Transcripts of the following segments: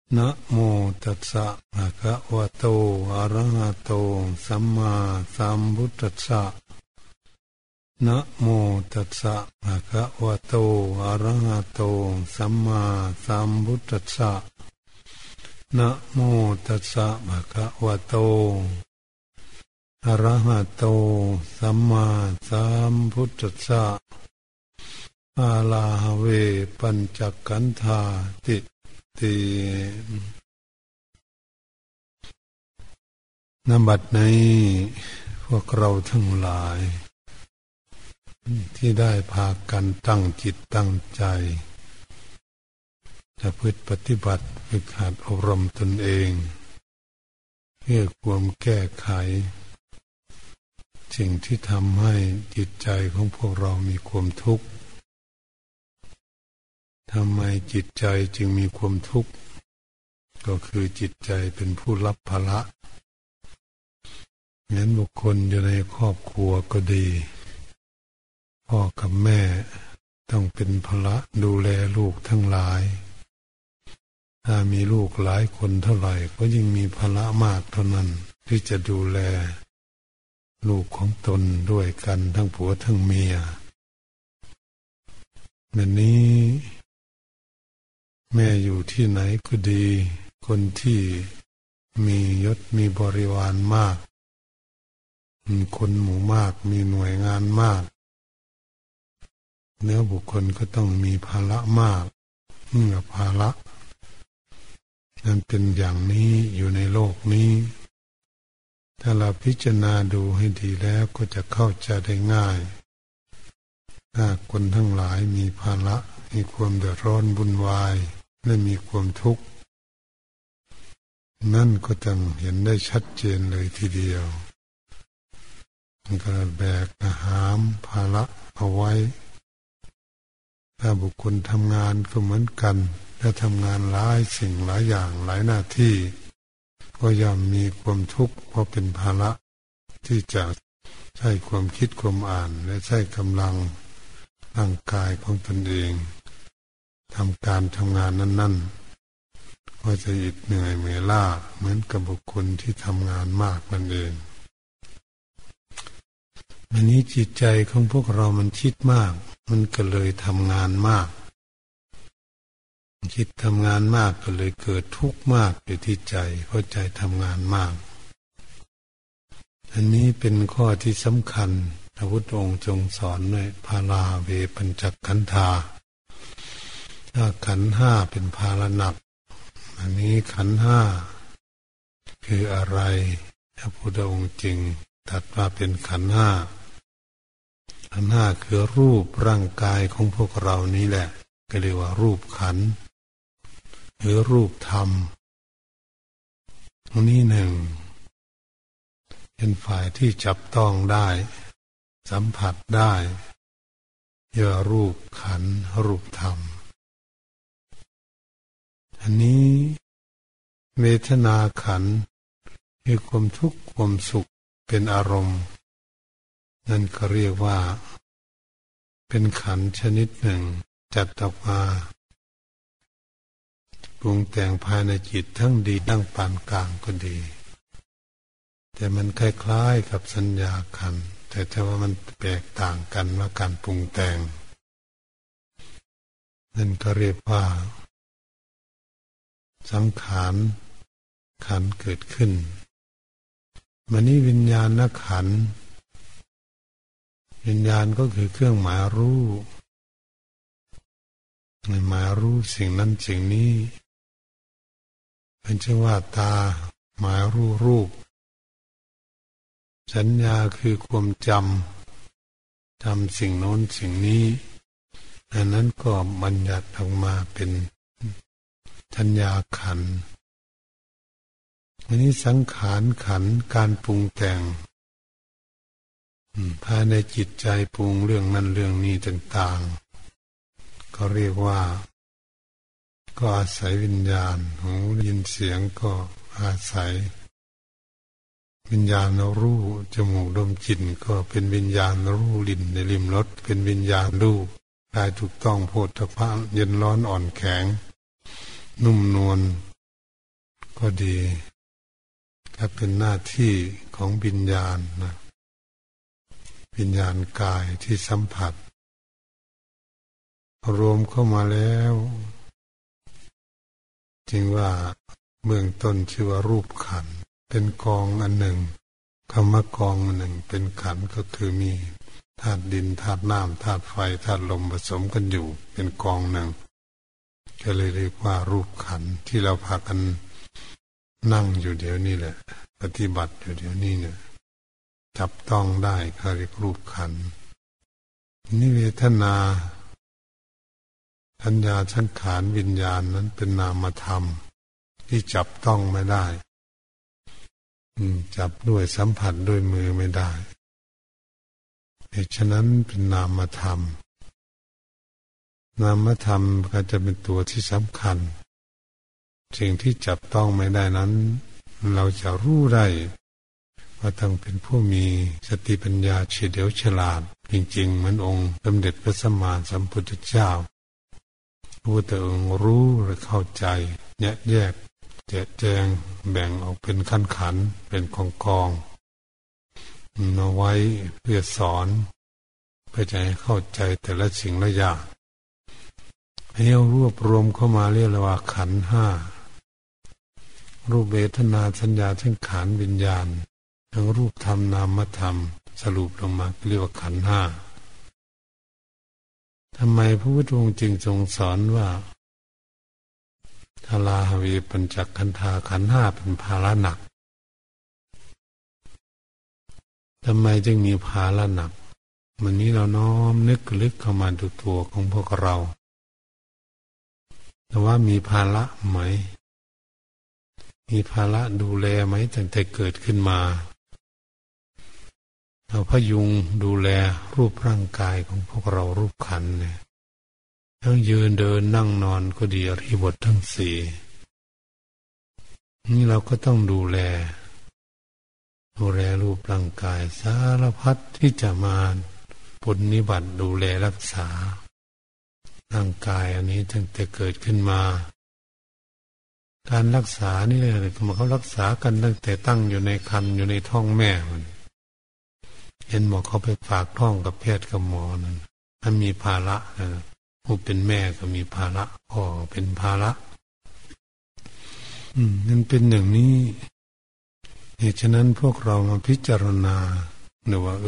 นะโมตัสสะภะคะวะโตอะระหะโตสัมมาสัมพุทธัสสะนะโมตัสสะภะคะวะโตอะระหะโตสัมมาสัมพุทธัสสะนะโมตัสสะภะคะวะโตอะระหะโตสัมมาสัมพุทธัสสะอะระหะเวปัญจขันธาติณ บัดนี้พวกเราทั้งหลายที่ได้พากันตั้งจิตตั้งใจจะพฤติปฏิบัติฝึกหัดอบรมตนเองเพื่อความแก้ไขสิ่งที่ทำให้จิตใจของพวกเรามีความทุกข์ทำไมจิตใจจึงมีความทุกข์ก็คือจิตใจเป็นผู้รับภาระงั้นบุคคลอยู่ในครอบครัวก็ดีพ่อกับแม่ต้องเป็นภาระดูแลลูกทั้งหลายถ้ามีลูกหลายคนเท่าไหร่ก็ยิ่งมีภาระมากเท่านั้นที่จะดูแลลูกของตนด้วยกันทั้งผัวทั้งเมียแบบนี้แม่อยู่ที่ไหนก็ดีคนที่มียศมีบริวารมากมีคนหมู่มากมีหน่วยงานมากเนื้อบุคคลก็ต้องมีภาระมากเมื่อภาระนั้นเป็นอย่างนี้อยู่ในโลกนี้ถ้าเราพิจารณาดูให้ดีแล้วก็จะเข้าใจได้ง่ายถ้าคนทั้งหลายมีภาระมีความเดือดร้อนวุ่นวายและมีความทุกข์นั่นก็จะเห็นได้ชัดเจนเลยทีเดียวมันก็แบกอาหารภาระเอาไว้ถ้าบุคคลทำงานก็เหมือนกันถ้าทำงานหลายสิ่งหลายอย่างหลายหน้าที่ก็ย่อมมีความทุกข์เพราะเป็นภาระที่จะใช้ความคิดความอ่านและใช้กำลังร่างกายของตนเองทำการทำงานนั้นๆก็จะอิดเหนื่อยเมื่อยล้าเหมือนกับบุคคลที่ทำงานมากนั่นเองอันนี้จิตใจของพวกเรามันคิดมากมันก็เลยทำงานมากคิดทำงานมากก็เลยเกิดทุกข์มากอยู่ที่ใจเพราะใจทำงานมากอันนี้เป็นข้อที่สำคัญพระพุทธองค์ทรงสอนไว้ภาราเวปัญจขันธาถ้าขันธ์ห้าเป็นภาระหนักอันนี้ขันธ์ห้าคืออะไรพระพุทธองค์จึงตรัสว่าเป็นขันธ์ห้าขันธ์ห้าคือรูปร่างกายของพวกเรานี้แหละก็เรียกว่ารูปขันธ์หรือรูปธรรมอันนี้หนึ่งเป็นฝ่ายที่จับต้องได้สัมผัสได้เรียกว่ารูปขันธ์รูปธรรมอันนี้เวทนาขันธ์คือความทุกข์ความสุขเป็นอารมณ์นั่นก็เรียกว่าเป็นขันธ์ชนิดหนึ่งจัดออกมาปรุงแต่งภายในจิตทั้งดีทั้งปานกลางก็ดีแต่มันคล้ายๆกับสัญญาขันธ์แต่ว่ามันแตกต่างกันว่าการปรุงแต่งนั่นก็เรียกว่าสังขารขันธ์เกิดขึ้นมันนี้วิญญาณขันธ์วิญญาณก็คือเครื่องหมายรู้หมายรู้สิ่งนั้นสิ่งนี้เป็นชื่อว่าตาหมายรู้รูปสัญญาคือความจำสิ่งโน้นสิ่งนี้อันนั้นก็บัญญัติออกมาเป็นสัญญาขันธ์อันนี้สังขารขันธ์การปรุงแต่งภายในจิตใจปรุงเรื่องนั้นเรื่องนี้ต่างๆก็เรียกว่าก็อาศัยวิญญาณหูได้ยินเสียงก็อาศัยวิญญาณรู้จมูกดมกลิ่นก็เป็นวิญญาณรู้ลิ้นในลิ้มรสเป็นวิญญาณรู้กายถูกต้องโผฏฐัพพะเย็นร้อนอ่อนแข็งนุ่มนวลก็ดีก็เป็นหน้าที่ของวิญญาณนะวิญญาณกายที่สัมผัสรวมเข้ามาแล้วจึงว่าเบื้องต้นชื่อว่ารูปขันธ์เป็นกองอันหนึ่งคำว่ากองอันหนึ่งเป็นขันธ์ก็คือมีธาตุดินธาตุน้ำธาตุไฟธาตุลมผสมกันอยู่เป็นกองหนึ่งก็เลยเรียกว่ารูปขันธ์ที่เราพากันนั่งอยู่เดี๋ยวนี้แหละปฏิบัติอยู่เดี๋ยวนี้เนี่ยจับต้องได้เขาเรียกรูปขันธ์นี่เวทนาสัญญาสังขารวิญญาณนั้นเป็นนามธรรมที่จับต้องไม่ได้จับด้วยสัมผัสด้วยมือไม่ได้เหตุฉะนั้นเป็นนามธรรมนามธรรมก็จะเป็นตัวที่สำคัญสิ่งที่จับต้องไม่ได้นั้นเราจะรู้ได้ว่าต้องเป็นผู้มีสติปัญญาเฉลียวฉลาดจริงๆเหมือนองค์สมเด็จพระสัมมาสัมพุทธเจ้าผู้แต่องค์รู้และเข้าใจแยกแจกแจงแบ่งออกเป็นขั้นขันเป็นกองเอาไว้เพื่อสอนเพื่อจะให้เข้าใจแต่ละสิ่งละอย่างให้เอารวบรวมเข้ามาเรียกว่าขันธ์ห้ารูปเวทนาสัญญาสังขารวิญญาณทั้งรูปธรรมนามธรรมสรุปลงมาเรียกว่าขันธ์ห้าทำไมพระพุทธองค์จึงทรงสอนว่าทาราหวีปัญจขันธาขันธ์ห้าเป็นภาระหนักทำไมจึงมีภาระหนักวันนี้เราน้อมนึกลึกเข้ามาดูตัวของพวกเราแต่ว่ามีภาระไหมมีภาระดูแลไหมตั้งแต่เกิดขึ้นมาเราพยุงดูแลรูปร่างกายของพวกเรารูปขันธ์เนี่ยทั้งยืนเดินนั่งนอนก็ดีอริยบททั้งสี่นี่เราก็ต้องดูแลรูปร่างกายสารพัดที่จะมาปฏินิบัติดูแลรักษาร่างกายอันนี้ตั้งแต่เกิดขึ้นมาการรักษานี่เลยเขารักษากันตั้งแต่ตั้งอยู่ในครรภ์อยู่ในท้องแม่มันเห็นหมอเขาไปฝากท้องกับแพทย์กับหมอนั่นมันมีภาระผู้เป็นแม่ก็มีภาระพ่อเป็นภาระมันเป็นอย่างนี้เหตุฉะนั้นพวกเรามาพิจารณาเนี่ยว่า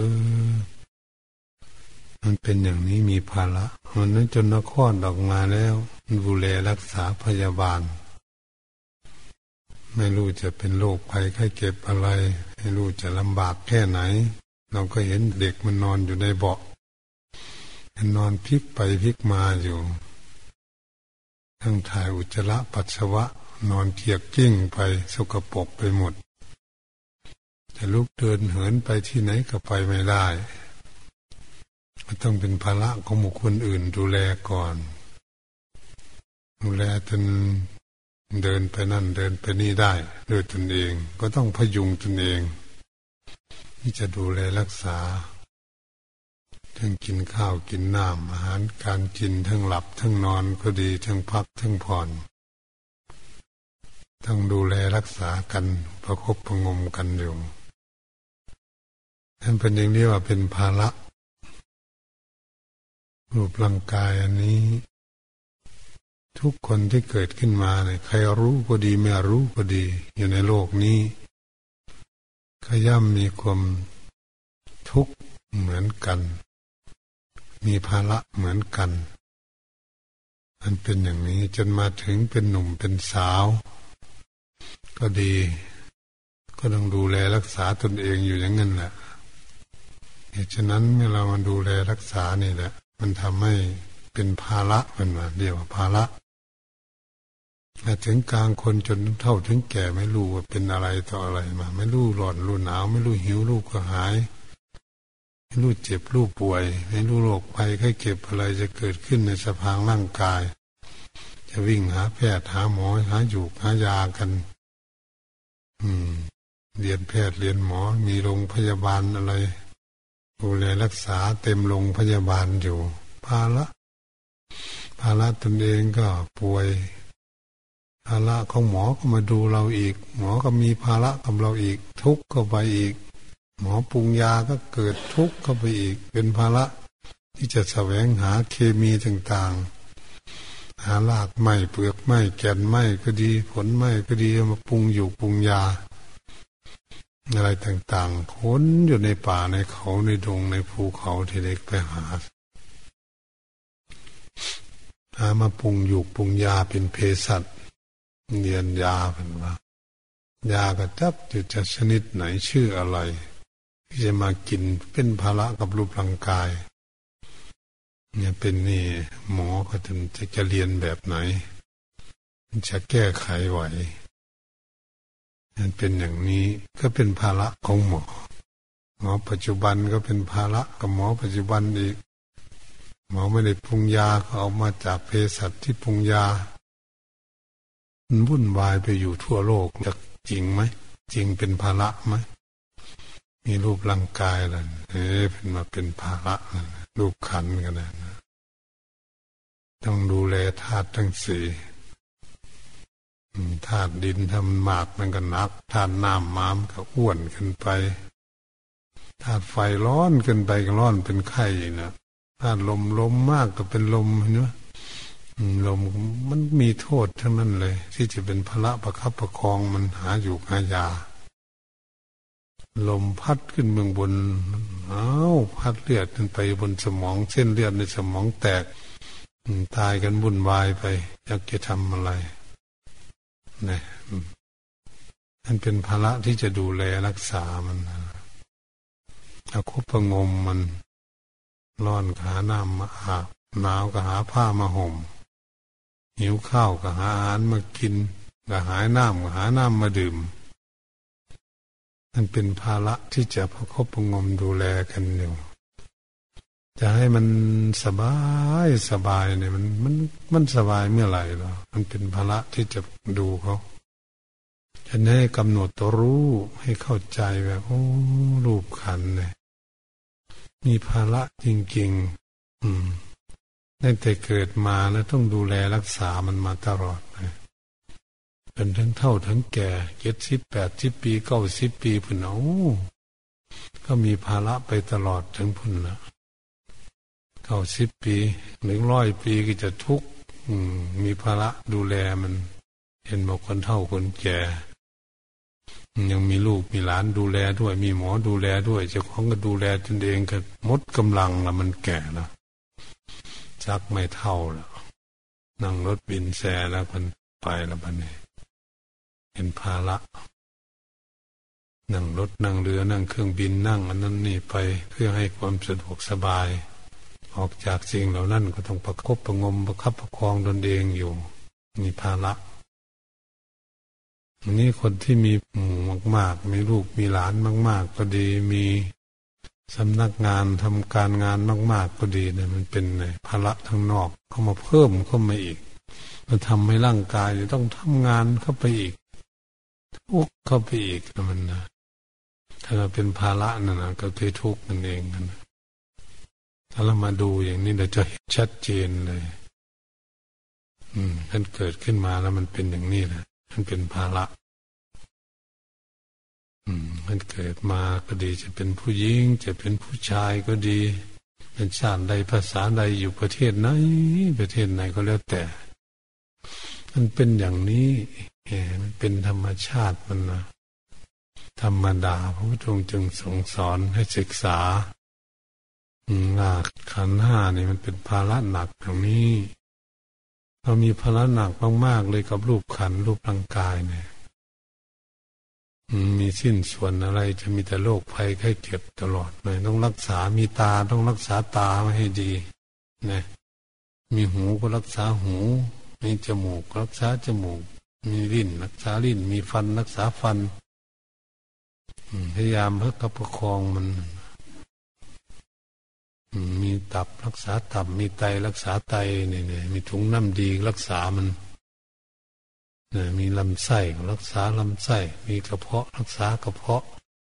มันเป็นอย่างนี้มีภาระวันนั้นจนนครออกมาแล้วดูแลรักษาพยาบาลไม่รู้จะเป็นโรคภัยไข้เจ็บอะไรไม่รู้จะลำบากแค่ไหนเราก็เห็นเด็กมันนอนอยู่ในเบาะมันนอนพลิกไปพลิกมาอยู่ทั้งถ่ายอุจจาระปัสสาวะนอนเกียกกิ้งไปสกปรกไปหมดจะลุกเดินเหินไปที่ไหนก็ไปไม่ได้มันต้องเป็นภาระของบุคคลอื่นดูแลก่อนดูแลจนเดินไปนั่นเดินไปนี่ได้ด้วยตนเองก็ต้องพยุงตนเองที่จะดูแลรักษาทั้งกินข้าวกินน้ำอาหารการกินทั้งหลับทั้งนอนก็ดีทั้งพักทั้งผ่อนต้องดูแลรักษากันประคบประงมกันอยู่นั่นเป็นอย่างนี้ว่าเป็นภาระรูปร่างกายอันนี้ทุกคนที่เกิดขึ้นมาเนี่ยใครรู้ก็ดีไม่รู้ก็ดีอยู่ในโลกนี้ก็ย่อมมีความทุกข์เหมือนกันมีภาระเหมือนกันมันเป็นอย่างนี้จนมาถึงเป็นหนุ่มเป็นสาวก็ดีก็ต้องดูแลรักษาตนเองอยู่อย่างนั้นแหละเหตุฉะนั้นเมื่อเรามาดูแลรักษานี่แหละมันทำให้เป็นภาระเป็นว่าเรียกว่าภาระแต่ถึงกลางคนจนเท่าถึงแก่ไม่รู้ว่าเป็นอะไรต่ออะไรมาไม่รู้ร้อนรู้หนาวไม่รู้หิวรู้ก็หายไม่รู้เจ็บรู้ป่วยไม่รู้โรคภัยไข้เจ็บอะไรจะเกิดขึ้นในสภาพร่างกายจะวิ่งหาแพทย์หาหมอหาอยู่หายากันเรียนแพทย์เรียนหมอมีโรงพยาบาลอะไรดูแลรักษาเต็มโรงพยาบาลอยู่ภาระตนเองก็ป่วยภาระของหมอก็มาดูเราอีกหมอก็มีภาระกับเราอีกทุกข์ก็ไปอีกหมอปรุงยาก็เกิดทุกข์เข้าไปอีกเป็นภาระที่จะแสวงหาเคมีต่างๆหารากไม้เปลือกไม้แก่นไม้ก็ดีผลไม้ก็ดีมาปรุงอยู่ปรุงยาอะไรต่างๆค้นอยู่ในป่าในเขาในดงในภูเขาที่เด็กไปหามาปรุงอยู่ปรุงยาเป็นเภสัชเรียนยาเป็นว่ายากระจับอยู่จะชนิดไหนชื่ออะไรที่จะมากินเป็นภาระกับรูปร่างกายเนี่ยเป็นนี่หมอก็จะเรียนแบบไหนจะแก้ไขไหวมันเป็นอย่างนี้ก็เป็นภาระของหมอปัจจุบันก็เป็นภาระกับหมอปัจจุบันอีกหมอไม่ได้ปรุงยาก็เอามาจากเภสัชที่ปรุงยามันวุ่นวายไปอยู่ทั่วโลกจะจริงไหมจริงเป็นภาระไหมมีรูปร่างกายแล้วเป็นมาเป็นภาระรูปขันธ์กันนะต้องดูแลธาตุทั้งสี่ธาตุดินทำหมากมันก็หนักธาตุน้ำม้ามก็อ้วนขึ้นไปธาตุไฟร้อนขึ้นไปก็ร้อนเป็นไข้นะธาตุลมมากก็เป็นลมเนาะลมมันมีโทษทั้งนั้นเลยที่จะเป็นภาระประคับประคองมันหาอยู่หายาลมพัดขึ้นเมืองบนพัดเลือดขึ้นไปบนสมองเส้นเลือดในสมองแตกตายกันวุ่นวายไปอยากจะทำอะไรเนี่ยมันเป็นภาระที่จะดูแลรักษามันเอาคุบประงมมันร้อนก็หาน้ำมาอาบหนาวก็หาผ้ามาห่มหิวข้าวก็หาอาหารมากินก็หาน้ำก็หาน้ำมาดื่มมันเป็นภาระที่จะประคบประงมดูแลกันอยู่จะให้มันสบายเนี่ยมันสบายเมื่อไหร่หรอมันเป็นภาระที่จะดูเขาจะให้กำหนดตัวรู้ให้เข้าใจแบบรูปขันธ์เนี่ยมีภาระจริงๆตั้งแต่เกิดมาแล้วต้องดูแลรักษามันมาตลอดเลยเป็นทั้งเฒ่าทั้งแก่70 80 ปี90 ปีพุ่นก็มีภาระไปตลอดถึงพุ่นนะ90 ปีถึง100 ปีก็จะทุกข์มีภาระดูแลมันเห็นบอกคนเฒ่าคนแก่ยังมีลูกมีหลานดูแลด้วยมีหมอดูแลด้วยเจ้าของก็ดูแลตนเองก็หมดกำลังละมันแก่แล้วชักไม่เท่าแล้วนั่งรถบินแซแล้วมันไปแล้วบัดนี้เป็นภาระนั่งรถนั่งเรือนั่งเครื่องบินนั่งอันนั้นนี่ไปเพื่อให้ความสะดวกสบายออกจากสิ่งเหล่านั้นก็ต้องประคบประงมประคับประคองตนเองอยู่มีภาระอันนี้คนที่มีหมู่มากๆมีลูกมีหลานมากๆก็ดีมีสำนักงานทำการงานมากๆก็ดีเนี่ยมันเป็นภาระทางนอกเข้ามาเพิ่มเข้ามาอีกมันทำให้ร่างกายต้องทำงานเข้าไปอีกทุกข์เข้าไปอีกมันนะถ้าเราเป็นภาระนั่นนะก็คือทุกข์นั่นเองนะถ้าเรามาดูอย่างนี้เราจะเห็นชัดเจนเลยมันเกิดขึ้นมาแล้วมันเป็นอย่างนี้แหละมันเป็นภาระมันเกิดมาก็ดีจะเป็นผู้หญิงจะเป็นผู้ชายก็ดีเป็นชาติใดภาษาใดอยู่ประเทศไหนก็แล้วแต่มันเป็นอย่างนี้มันเป็นธรรมชาติมันนะธรรมดาพระพุทธองค์จึงทรงสอนให้ศึกษาขันธ์ห้านี่มันเป็นภาระหนักอย่างนี้เรามีภาระหนักมากๆเลยกับรูปขันธ์รูปร่างกายเนี่ยมีสิ้นส่วนอะไรจะมีแต่โรคภัยไข้เจ็บตลอดเลยต้องรักษามีตาต้องรักษาตาให้ดีนะมีหูก็รักษาหูมีจมูกรักษาจมูกมีลิ้นรักษาลิ้นมีฟันรักษาฟันพยายามเพื่อประคองมันมีตับรักษาตับมีไตรักษาไตเนี่ยมีถุงน้ำดีรักษามันมีลำไส้รักษาลำไส้มีกระเพาะรักษากระเพาะ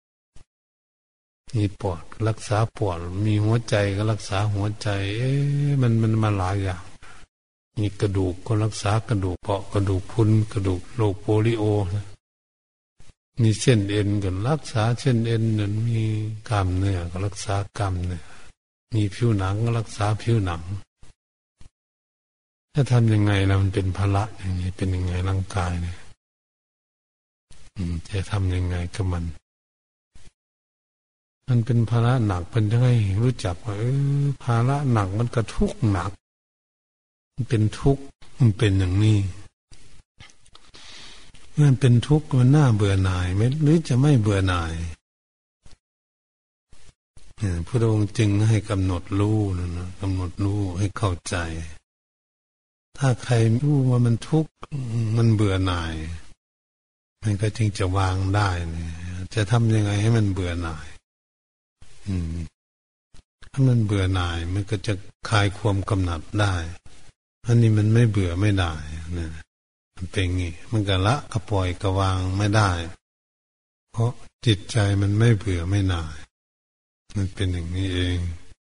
มีปอดรักษาปอดมีหัวใจก็รักษาหัวใจมันมาหลายอย่างมีกระดูกก็รักษากระดูกเปาะกระดูกพรุนกระดูกโรคโปลิโอมีเส้นเอ็นก็รักษาเส้นเอ็นนั้นมีกล้ามเนื้อก็รักษากล้ามเนื้อมีผิวหนังก็รักษาผิวหนังถ้าทำยังไงล่ะมันเป็นภาระอย่างนี้เป็นยังไงร่างกายเนี่ยจะทำยังไงกับมันเป็นภาระหนักเป็นยังไงรู้จักว่าภาระหนักมันก็ทุกข์หนักมันเป็นทุกข์มันเป็นอย่างนี้มันเป็นทุกข์มันน่าเบื่อหน่ายไหมหรือจะไม่เบื่อหน่ายพระองค์จึงให้กำหนดรู้นะกำหนดรู้ให้เข้าใจถ้าใครรู้ว่ามันทุกข์มันเบื่อหน่ายมันก็จึงจะวางได้เนี่ยจะทำยังไงให้มันเบื่อหน่ายถ้ามันเบื่อหน่ายมันก็จะคลายความกำหนัดได้อันนี้มันไม่เบื่อไม่ได้เนี่ยมันเป็นงี้มันก็ละก็ปล่อยก็วางไม่ได้เพราะจิตใจมันไม่เบื่อไม่หน่ายมันเป็นอย่างนี้เอง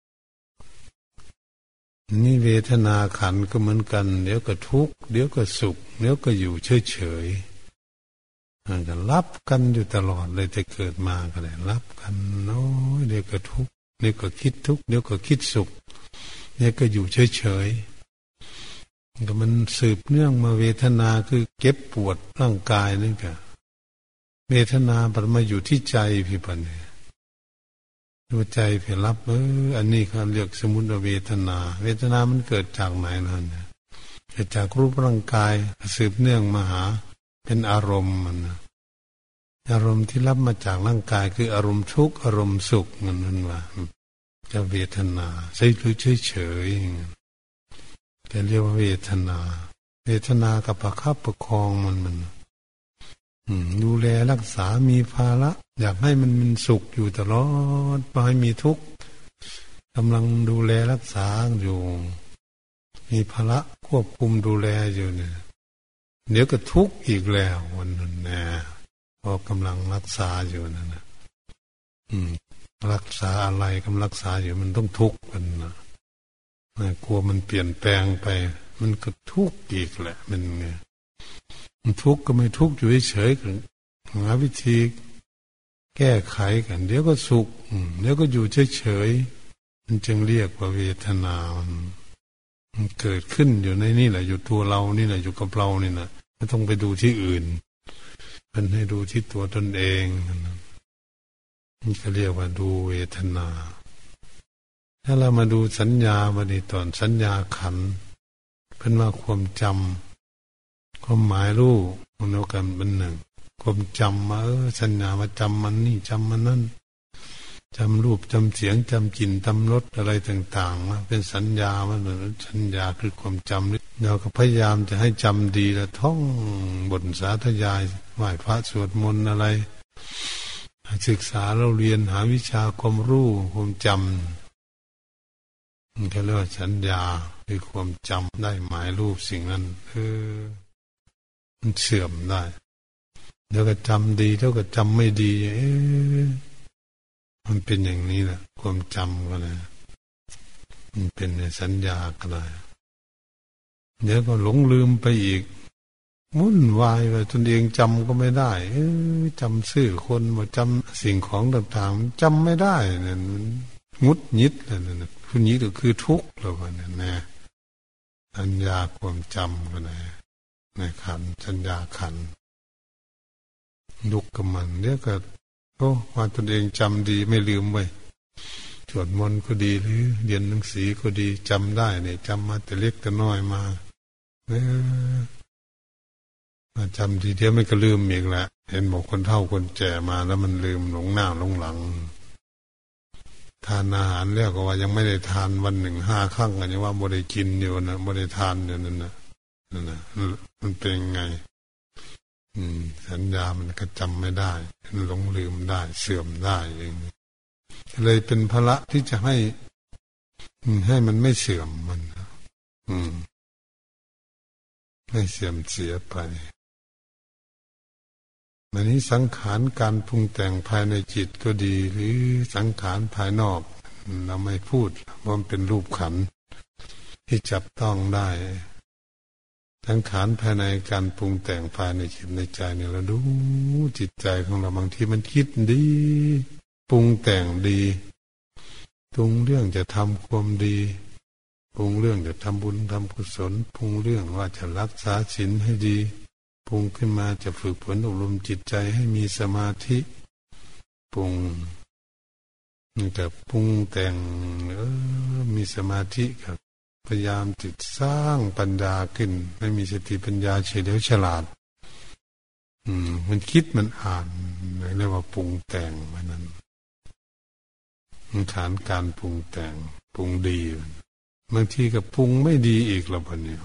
นี่เวทนาขันธ์ก็เหมือนกันเดี๋ยวก็ทุกข์เดี๋ยวก็สุขเดี๋ยวก็อยู่เฉยๆมันก็รับกันอยู่ตลอดเลยแต่เกิดมาก็ได้รับกันน้อยเดี๋ยวก็ทุกข์เดี๋ยวก็คิดทุกข์เดี๋ยวก็คิดสุขเดี๋ยวก็อยู่เฉยๆก็มันสืบเนื่องมาเวทนาคือเก็บปวดร่างกายนี่ก็เวทนาบัดมาอยู่ที่ใจพี่ปัญญาดูใจเพื่อรับอันนี้เขาเรียกสมุทเวทนาเวทนามันเกิดจากไหนนั่นเกิดจากรูปร่างกายสืบเนื่องมาหาเป็นอารมณ์มันอารมณ์ที่รับมาจากร่างกายคืออารมณ์ทุกข์อารมณ์สุขนั่นว่าจะเวทนาใช่หรือเฉยๆจะเรียกว่าเวทนาเวทนากับประคับประคองมันดูแลรักษามีภาระอยากให้มันสุขอยู่ตลอดไม่ให้มีทุกข์กำลังดูแลรักษาอยู่มีภาระควบคุมดูแลอยู่เนี่ยเดี๋ยวก็ทุกข์อีกแล้ววันนั้นนะพอกำลังรักษาอยู่นั่นนะรักษาอะไรกำลังรักษาอยู่มันต้องทุกข์กันนะกลัวมันเปลี่ยนแปลงไปมันก็ทุกข์อีกแหละมันเนี่ยทุกข์ก็ไม่ทุกข์อยู่เฉยๆกันหาวิธีแก้ไขกันเดี๋ยวก็สุขเดี๋ยวก็อยู่เฉยๆมันจึงเรียกว่าเวทนามันเกิดขึ้นอยู่ในนี่แหละอยู่ตัวเรานี่แหละอยู่กับเรานี่นะไม่ต้องไปดูที่อื่นมันให้ดูที่ตัวตนเองนี่ก็เรียกว่าดูเวทนาถ้าเรามาดูสัญญาบัดนี้ตอนสัญญาขันธ์เป็นว่าความจำความหมายรู้มันเอากันเป็นหนึ่งความจำมาสัญญามาจำมันนี่จำมันนั่นจำรูปจำเสียงจำกลิ่นจำรสอะไรต่างๆมาเป็นสัญญามันสัญญาคือความจำเราก็พยายามจะให้จำดีแล้วท่องบทสาธยายไหว้พระสวดมนต์อะไรศึกษาเราเรียนหาวิชาความรู้ความจำมันก็เรียกว่าสัญญาคือความจำได้หมายรูปสิ่งนั้นมันเสื่อมได้เดี๋ยวก็จำดีเดี๋ยวก็จำไม่ดีมันเป็นอย่างนี้แหละความจำก็เลยมันเป็นในสัญญาก็เลยเดี๋ยวก็หลงลืมไปอีกวุ่นวายไปตนเองจำก็ไม่ได้จำชื่อคนมาจำสิ่งของต่างๆจำไม่ได้เนี่ยงุดหงิดเลยเนี่ยผู้นี้ก็คือทุกข์แล้วเนี่ยนะสัญญาความจำก็เลยในขันสัญญาขันลุกกับมันเดี๋ยวก็ว่าตนเองจำดีไม่ลืมไว้สวดมนต์ก็ดีหรือเรียนหนังสือก็ดีจำได้เนี่ยจำมาแต่เล็กแต่น้อยมาจำทีเดียวไม่ก็ลืมอีกละเห็นบอกคนเฒ่าคนแก่มาแล้วมันลืมหลงหน้าหลงหลังทานอาหารแล้วก็ว่ายังไม่ได้ทานวันหนึ่ง5 ครั้งกันยังว่าไม่ได้กินอยู่นะไม่ได้ทานอยู่นั่นนะมันเป็นไงสัญญามันก็จำไม่ได้หลงลืมได้เสื่อมได้เองเลยเป็นภาระที่จะให้มันไม่เสื่อมมันไม่เสื่อมเสียไปอันนี้สังขารการปรุงแต่งภายในจิตก็ดีหรือสังขารภายนอกเราไม่พูดว่ามันเป็นรูปขันธ์ที่จับต้องได้สังขารภายในการปรุงแต่งภายในจิตในใจเนี่ยเราดูจิตใจของเราบางทีมันคิดดีปรุงแต่งดีปรุงเรื่องจะทำความดีปรุงเรื่องจะทำบุญทำกุศลปรุงเรื่องว่าจะรักษาศีลให้ดีปรุงขึ้นมาจะฝึกฝนอบรมจิตใจให้มีสมาธิปรุงแต่ปรุงแต่งมีสมาธิครับพยายามติดสร้างปัญญาขึ้นให้มีสติปัญญาเฉลียวฉลาดมันคิดมันอ่านเรียกว่าปรุงแต่งมันนั้นฐานการปรุงแต่งปรุงดีบางทีก็ปรุงไม่ดีอีกแล้วบัดนี้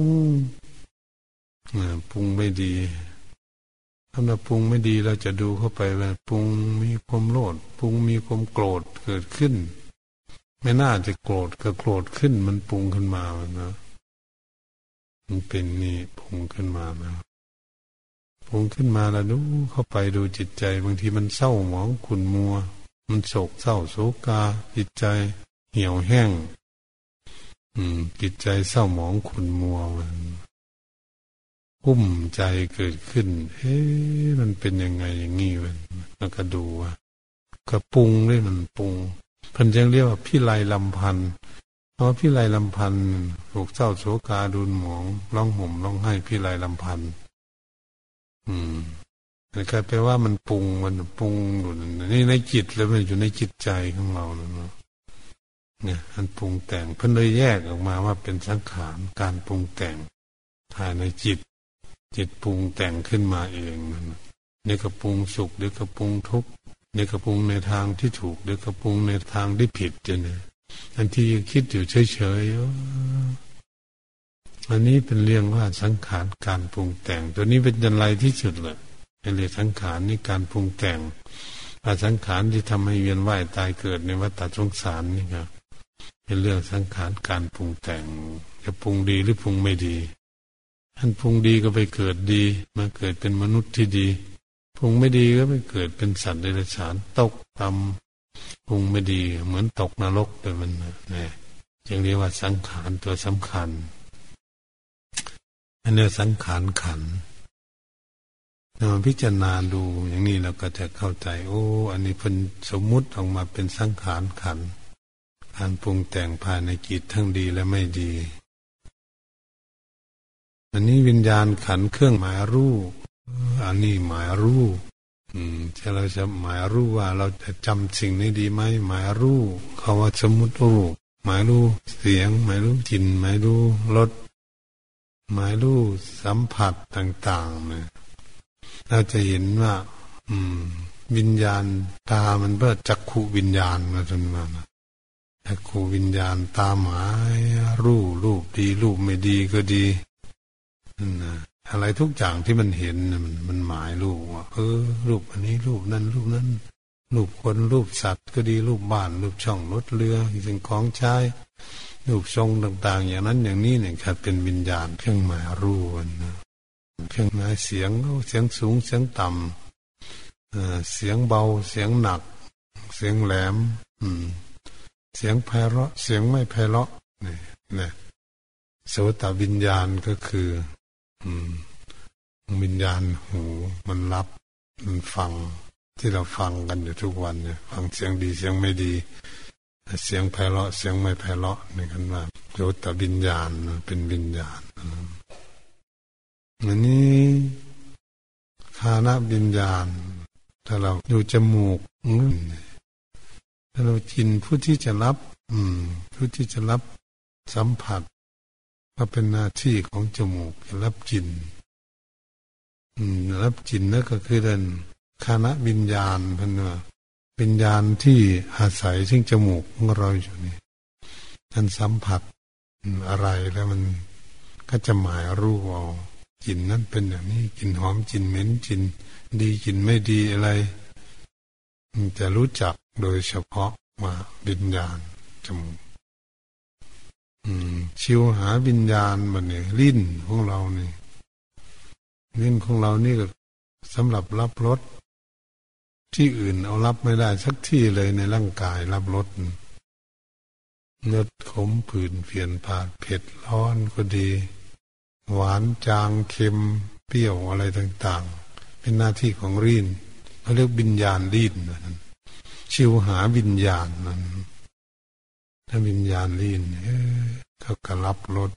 ปรุงไม่ดีถ้าเราปรุงไม่ดีเราจะดูเข้าไปว่าปรุงมีความโลภปรุงมีความโกรธเกิดขึ้นไม่น่าจะโกรธก็โกรธขึ้นมันปรุงขึ้นมานะมันเป็นนี่ปรุงขึ้นมานะปรุงขึ้นมาแล้วดูเข้าไปดูจิตใจบางทีมันเศร้าหมองขุ่นมัวมันโศกเศร้าโศกาจิตใจเหี่ยวแห้งจิตใจเศร้าหมองขุ่นมัวมันกุ้มใจเกิดขึ้นมันเป็นยังไงอย่างงี้มันแล้วก็ดูว่าก็ปรุงด้วยมันปรุงเพิ่นจึงเรียกว่าพิไลลำพันธ์เพราะพิไลลำพันธ์โศกเศร้าโศกาดุลหมองร้องห่มร้องไห้พิไลลำพันธ์แต่กลายไปว่ามันปรุงอยู่นี่ในจิตแล้วมันอยู่ในจิตใจของเราเนาะเนี่ยมันปรุงแต่งเพิ่นเลยแยกออกมาว่าเป็นสังขารการปรุงแต่งภายในจิตปรุงแต่งขึ้นมาเองเดี๋ยวก็ปรุงสุขเดี๋ยวก็ปรุงทุกข์เดี๋ยวก็ปรุงในทางที่ถูกเดี๋ยวก็ปรุงในทางที่ผิดจนเนี่ยอันที่คิดอยู่เฉยๆอันนี้เป็นเรื่องว่าสังขารการปรุงแต่งตัวนี้เป็นจันไรที่สุดเลยเป็นเรื่องสังขารนี่การปรุงแต่งสังขารที่ทำให้เวียนว่ายตายเกิดในวัฏสงสารนี่ครับเป็นเรื่องสังขารการปรุงแต่งจะปรุงดีหรือปรุงไม่ดีท่านปรุงดีก็ไปเกิดดีมาเกิดเป็นมนุษย์ที่ดีปรุงไม่ดีก็ไปเกิดเป็นสัตว์เดรัจฉานตกต่ำปรุงไม่ดีเหมือนตกนรกเลยมันเนี่ยจึงเรียกว่าสังขารตัวสำคัญอันนี้สังขารขันธ์เราพิจารณาดูอย่างนี้เราก็จะเข้าใจอันนี้เพิ่นสมมุติออกมาเป็นสังขารขันธ์การปรุงแต่งภายในจิตทั้งดีและไม่ดีอันนี้วิญญาณขันธ์เครื่องหมายรู้อันนี้หมายรู้เราจะหมายรู้ว่าเราจะจำสิ่งนี้ดีไหมหมายรู้เขาว่าสมมุติรู้หมายรู้เสียงหมายรู้กลิ่นหมายรู้รสหมายรู้สัมผัสต่างๆเนี่ยเราจะเห็นว่าวิญญาณตามันเพื่อจักขุวิญญาณมาจนมาจักขุวิญญาณตาหมายรูปดีรูปไม่ดีก็ดีอะไรทุกอย่างที่มันเห็นมันหมายรูปว่ารูปอันนี้รูปนั้นรูปนั้นรูปคนรูปสัตว์ก็ดีรูปบ้านรูปช่องรถเรือสิ่งของใช้รูปทรงต่างๆอย่างนั้นอย่างนี้เนี่ยครับเป็นวิญญาณเครื่องหมายรูปนะเครื่องหมายเสียงสูงเสียงต่ำเสียงเบาเสียงหนักเสียงแหลมเสียงไพเราะเสียงไม่ไพเราะนี่โสตวิญญาณก็คือวิญญาณหูมันรับมันฟังที่เราฟังกันอยู่ทุกวันเนี่ยฟังเสียงดีเสียงไม่ดีเสียงไพเราะเสียงไม่ไพเราะนี่กันว่าโสตวิญญาณเป็นวิญญาณอันนี้ฆานวิญญาณถ้าเราดูจมูกถ้าเรากินผู้ที่จะรับผู้ที่จะรับสัมผัสก็เป็นหน้าที่ของจมูกจะรับกลิ่นรับกลิ่นนั่นก็คือเดินฆานวิญญาณเพิ่นว่าวิญญาณที่อาศัยซึ่งจมูกของเราอยู่นี่ท่านสัมผัสอะไรแล้วมันก็จะหมายรู้เอากลิ่นนั้นเป็นอย่างนี้กลิ่นหอมกลิ่นเหม็นกลิ่นดีกลิ่นไม่ดีอะไรจะรู้จักโดยเฉพาะว่าวิญญาณจมูกชิวหาวิญญาณมันเนี่ยลิ้นของเรานี่ลิ้นของเรานี่ก็สำหรับรับรสที่อื่นเอารับไม่ได้สักที่เลยในร่างกายรับรสขมผื่นเปลี่ยนผาดเผ็ดร้อนก็ดีหวานจางเค็มเปรี้ยวอะไรต่างๆเป็นหน้าที่ของลิ้นเขาเรียกวิญญาณลิ้นนั้นชิวหาวิญญาณนั้นถ้าวิญญาณลิ้นเขาก็รับรส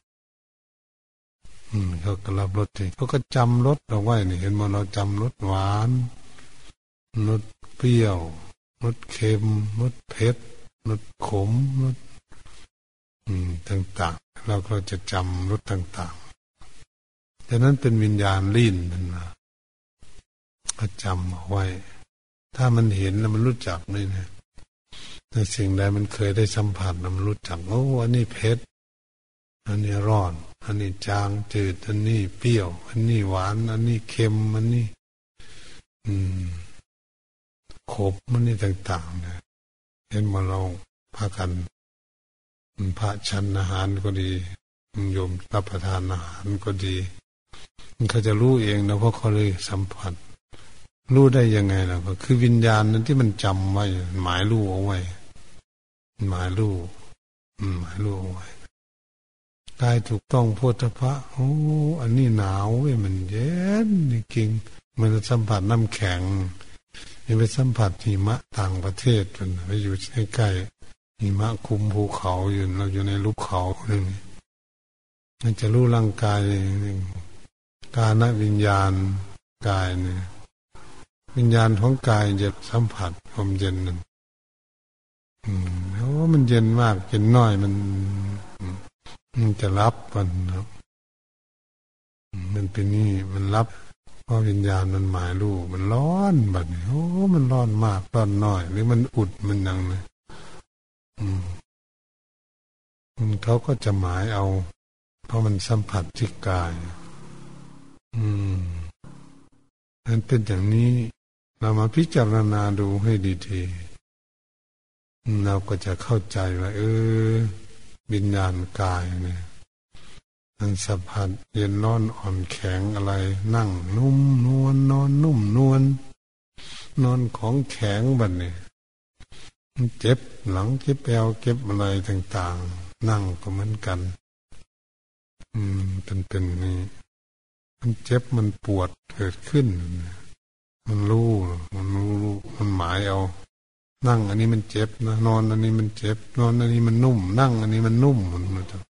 เขาก็รับรสเขาก็จำรสเอาไว้นี่เห็นว่าเราจำรสหวานรสเปรี้ยวรสเค็มรสเผ็ดรสขมรสต่างๆเราก็จะจำรสต่างๆดังนั้นเป็นวิญญาณลิ้นนั่นนะก็จำเอาไว้ถ้ามันเห็นแล้วมันรู้จักเลยนะในสิ่งใดมันเคยได้สัมผัสมันรู้จักโอ้อันนี้เผ็ดอันนี้ร้อนอันนี้จางจืดอันนี้เปรี้ยวอันนี้หวานอันนี้เค็มอันนี้ขบมันนี่ต่างๆนะเห็นมาเราพากันพระฉันอาหารก็ดีโยมรับประทานอาหารก็ดีมันเขาจะรู้เองนะเพราะเขาเลยสัมผัสรู้ได้ยังไงล่ะก็คือวิญญาณนั้นที่มันจำไว้หมายรู้เอาไว้หมายรู้เอาไว้กายถูกต้องโพธพะโอ้อันนี้หนาวเว้ยมันเย็นนี่จริงมันสัมผัสน้ำแข็งนี่ไปสัมผัสหิมะต่างประเทศมันไปอยู่ใกล้ๆหิมะคุมภูเขาอยู่เราอยู่ในรูปเขานี่มันจะรู้ร่างกายกายวิญญาณกายเนี่ยวิญญาณของกายจะสัมผัสความเย็นนั้นโอ้มันเย็นมากเย็นน้อยมันจะรับมันนะมันเป็นนี่มันรับเพราะวิญญาณมันหมายรู้มันร้อนแบบนี้โอ้มันร้อนมากร้อนน้อยหรือมันอุดมันยังเลยเขาก็จะหมายเอาเพราะมันสัมผัสที่กายนั้นเป็นอย่างนี้เรามาพิจารณาดูให้ดีๆเราก็จะเข้าใจว่าวิญญาณกายเนี่ยมันสัมผัสเย็นร้อนอ่อนแข็งอะไรนั่งนุ่มนวลนอนนุ่มนวลนอนของแข็งบัดเนี่ยเจ็บหลังเจ็บแอวเจ็บอะไรต่างๆนั่งก็เหมือนกันเป็นนี่มันเจ็บมันปวดเกิดขึ้นมันรู้มันหมายเอานั่งอันนี้มันเจ็บนะนอนอันนี้มันเจ็บนอนอันนี้มันนุ่มนั่งอันนี้มันนุ่มมัน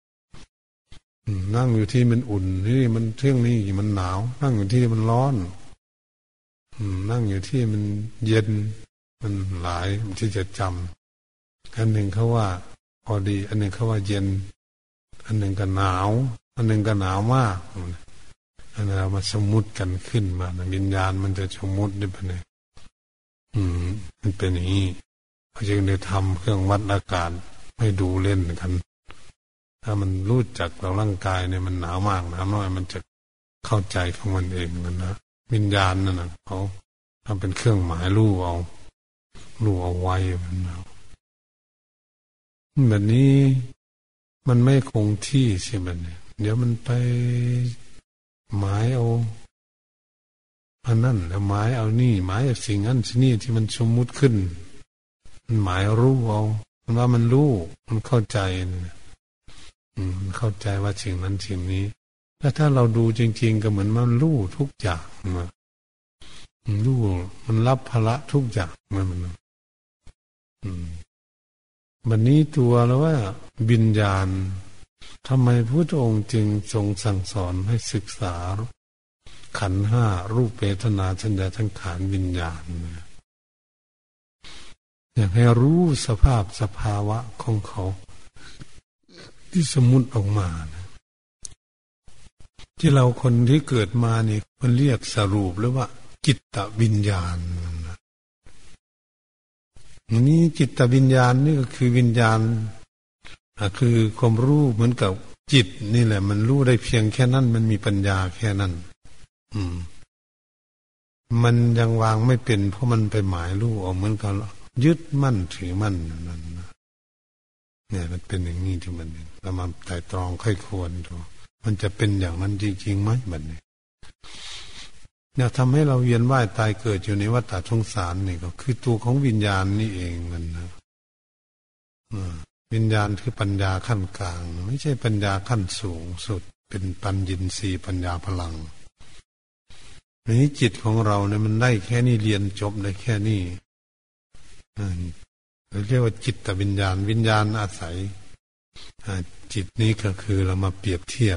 นั่งอยู่ที่มันอุ่นที่มันเที่ยงนี้มันหนาวนั่งอยู่ที่มันร้อนนั่งอยู่ที่มันเย็นมันหลายที่จะจำอันหนึ่งเขาว่าพอดีอันหนึ่งเขาว่าเย็นอันหนึ่งก็หนาวอันหนึ่งก็หนาวมากอันนั้นเรามาสมมุติกันขึ้นมาวิญญาณมันจะสมมุติได้ปะเนี่ยมันเป็นอย่างนี้เขาจึงได้ทำเครื่องวัดอากาศให้ดูเล่นกันถ้ามันรู้จักเราร่างกายเนี่ยมันหนาวมากหนาวน้อยมันจะเข้าใจของมันเองมันนะวิญญาณนั่นนะเขาทำเป็นเครื่องหมายรู้เอาไว้มันนะแบบนี้มันไม่คงที่ใช่ไหมเนี่ยเดี๋ยวมันไปหมายเอาอันนั้นแล้วหมายเอานี่หมายเอาสิ่งนั้นสิ่งนี้ที่มันสมมุติขึ้นมันหมายรู้เอามันว่ามันรู้มันเข้าใจเข้าใจว่าสิ่งนั้นสิ่งนี้แล้วถ้าเราดูจริงๆก็เหมือนมันรู้ทุกอย่างมันรู้มันรับภาระทุกอย่างมันวันนี้ตัวแล้วว่าวิญญาณทำไมพระพุทธองค์จึงทรงสั่งสอนให้ศึกษาขันธ์ห้ารูปเวทนาสัญญาสังขารวิญญาณอยากให้รู้สภาวะของเขาที่สมมุติออกมานะที่เราคนที่เกิดมานี่มันเรียกสรุปแล้วว่าจิตตวิญญาณนี่จิตวิญญาณนี่ก็คือวิญญาณคือความรู้เหมือนกับจิตนี่แหละมันรู้ได้เพียงแค่นั้นมันมีปัญญาแค่นั้นมันยังวางไม่เป็นเพราะมันไปหมายรู้เอาเหมือนกับยึดมั่นถือมั่นนั่นเนี่ยมันเป็นอย่างนี้ที่มันเรามาไต่ตรองค่อยควรดูมันจะเป็นอย่างนั้นจริงๆไหมแบบนี้เนี่ยทำให้เราเวียนว่ายตายเกิดอยู่ในวัฏสงสารนี่ก็คือตัวของวิญญาณนี่เองมันนะวิญญาณคือปัญญาขั้นกลางไม่ใช่ปัญญาขั้นสูงสุดเป็นปัญญินทรีย์ปัญญาพลังนี้จิตของเราเนี่ยมันได้แค่นี้เรียนจบได้แค่นี้เรียกว่าจิตวิญญาณวิญญาณอาศัยจิตนี้ก็คือเรามาเปรียบเทียบ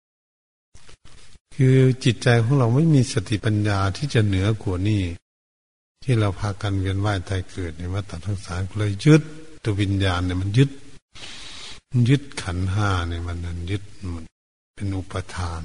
คือจิตใจของเราไม่มีสติปัญญาที่จะเหนือกว่านี้ที่เราพากันเวียนว่ายตายเกิดในวัฏสงสารเลยยึดตัววิญญาณเนี่ยมันยึดขันธ์ห้าเนี่ยมันยึดมันเป็นอุปทาน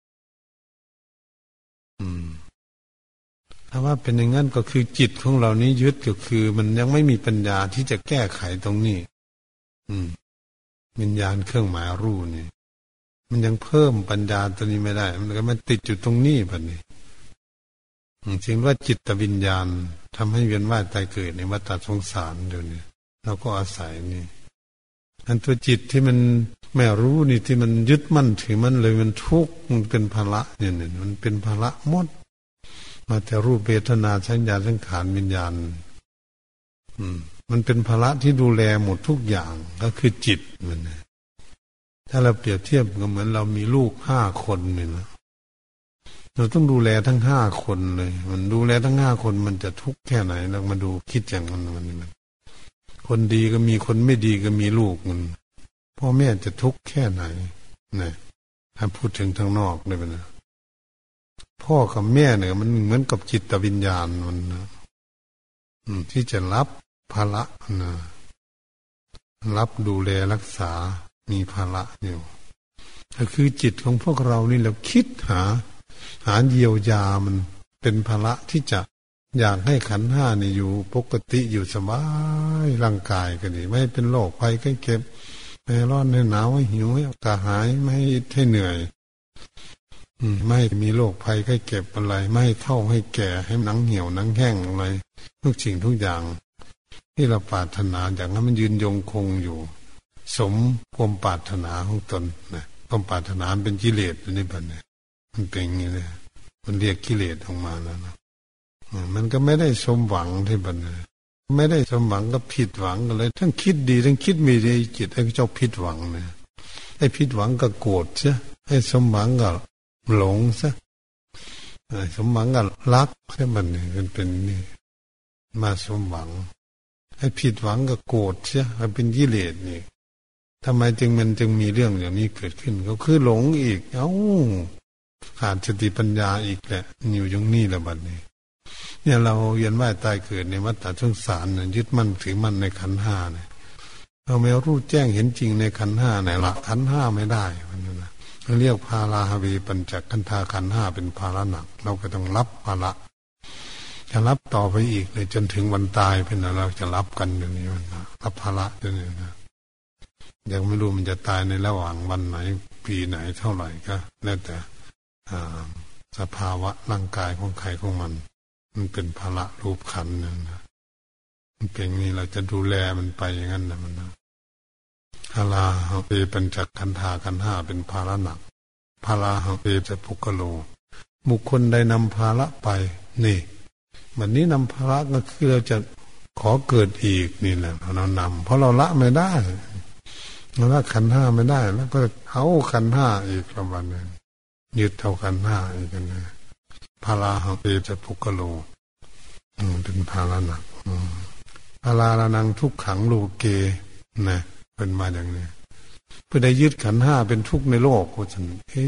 ถ้าว่าเป็นอย่างนั้นก็คือจิตของเรานี้ยึดก็คือมันยังไม่มีปัญญาที่จะแก้ไขตรงนี้วิญญาณเครื่องหมายรู้นี่มันยังเพิ่มปัญญาตัวนี้ไม่ได้มันก็มันติดอยู่ตรงนี้แบบนี้จึงว่าจิตวิญญาณทำให้เวียนว่ายตายเกิดในวัฏสงสารเดี๋ยวนี้เราก็อาศัยนี่อันตัวจิตที่มันไม่รู้นี่ที่มันยึดมั่นถือมันเลยมันทุกข์มันเป็นภาระเนี่ยมันเป็นภาระหมดมาแต่รูปเวทนาสัญญาสังขารวิญญาณมันเป็นภาระที่ดูแลหมดทุกอย่างก็คือจิตมันถ้าเราเปรียบเทียบก็เหมือนเรามีลูก5 คนนี่นะเราต้องดูแลทั้ง5 คนเลยมันดูแลทั้ง5 คนมันจะทุกข์แค่ไหนเรามาดูคิดอย่างมันคนดีก็มีคนไม่ดีก็มีลูกมันพ่อแม่จะทุกข์แค่ไหนนะถ้าพูดถึงทางนอกเลยนะพ่อกับแม่เนี่ยมันเหมือนกับจิตวิญญาณมันนะที่จะรับภาระนะรับดูแลรักษามีภาระอยู่ก็คือจิตของพวกเรานี่เราคิดหาเยียวยามันเป็นภาระที่จะอยากให้ขันธ์ห้านี่อยู่ปกติอยู่สบายร่างกายก็ดีไม่เป็นโรคภัยไข้เจ็บไม่ร้อนไม่หนาวไม่หิวไม่กระหายไม่ให้เหนื่อยไม่มีโรคภัยไข้เจ็บอะไรไม่ให้เฒ่าให้แก่ให้หนังเหี่ยวหนังแห้งอะไรทุกสิ่งทุกอย่างที่เราปรารถนาอย่างนั้นมันยืนยงคงอยู่สมความปรารถนาของตนนะความปรารถนาเป็นกิเลสนี่บัดเนี่ยมันเป็นอย่างนี้เลยมันเรียกกิเลสออกมาแล้วนะมันก็ไม่ได้สมหวังที่บัดเนี่ยไม่ได้สมหวังก็ผิดหวังกันเลยทั้งคิดดีทั้งคิดไม่ดีจิตไอ้เจ้าผิดหวังเนี่ยไอ้ผิดหวังก็โกรธซะไอ้สมหวังก็หลงซะสมหวังก็รักใช่มันเนี่ยมันเป็นนี่มาสมหวังไอ้ผิดหวังก็โกรธซะมันเป็นกิเลสนี่ทำไมมันจึงมีเรื่องอย่างนี้เกิดขึ้นก็คือหลงอีกขาดสติปัญญาอีกแหละอยู่ตรงนี้แหละบัดนี้เนี่ยเราเวียนว่ายตายเกิดในวัฏสงสารเนี่ยยึดมั่นถือมั่นในขันธ์ห้าเนี่ยเราไม่รู้แจ้งเห็นจริงในขันธ์ห้าไหนละขันธ์ห้าไม่ได้มันนะเราเรียกภาราหเวปัญจขันธาขันธ์ห้าเป็นภาระหนักเราก็ต้องรับภาระจะรับต่อไปอีกเลยจนถึงวันตายเป็นเราจะรับกันอย่างนี้มันนะรับภาระอย่างนี้นะยังไม่รู้มันจะตายในระหว่างวันไหนปีไหนเท่าไหร่ก็แล้วแต่สภาวะร่างกายของใครของมันเป็นภาระรูปขันธ์นั่นนะมันเป็นนี้เราจะดูแลมันไปอย่างนั้นนะมันนะภาราหเปปัญจขันธาขันธ์ห้าเป็นภาระหนักภาราหเปจะปุกโลบุคคลใดนำภาระไปนี่วันนี้นำภาระก็คือเราจะขอเกิดอีกนี่แหละเรานำเพราะเราละไม่ได้เราละขันธ์ห้าไม่ได้แล้วก็เอาขันธ์ห้าอีกประมาณนั้นยึดเอาขันธ์ห้าอีกกันนะภาราหเปจะปุกโลเป็นภาระหนักภาราระนังทุกขังโลเกนะเป็นมาอย่างนี้เพื่อได้ยึดขันธ์ห้าเป็นทุกข์ในโลกก็ฉัน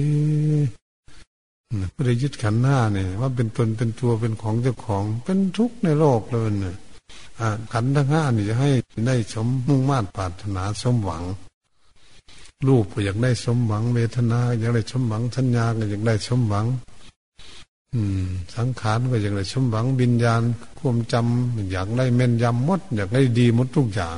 เพื่อได้ยึดขันธ์ห้าเนี่ยว่าเป็นตนเป็นตัวเป็นของเจ้าของเป็นทุกข์ในโลกเลยเนี่ยขันธ์ทั้งห้านี่จะให้ได้สมมุ่งมา่ปรารถนาสมหวังรูปก็อยากได้สมหวังเวทนาอยากได้สมหวังสัญญาก็อยากได้สมหวังสังขารก็อยากได้สมหวังวิญญาณความจำอยากได้แม่นยำหมดอยากได้ดีหมดทุกอย่าง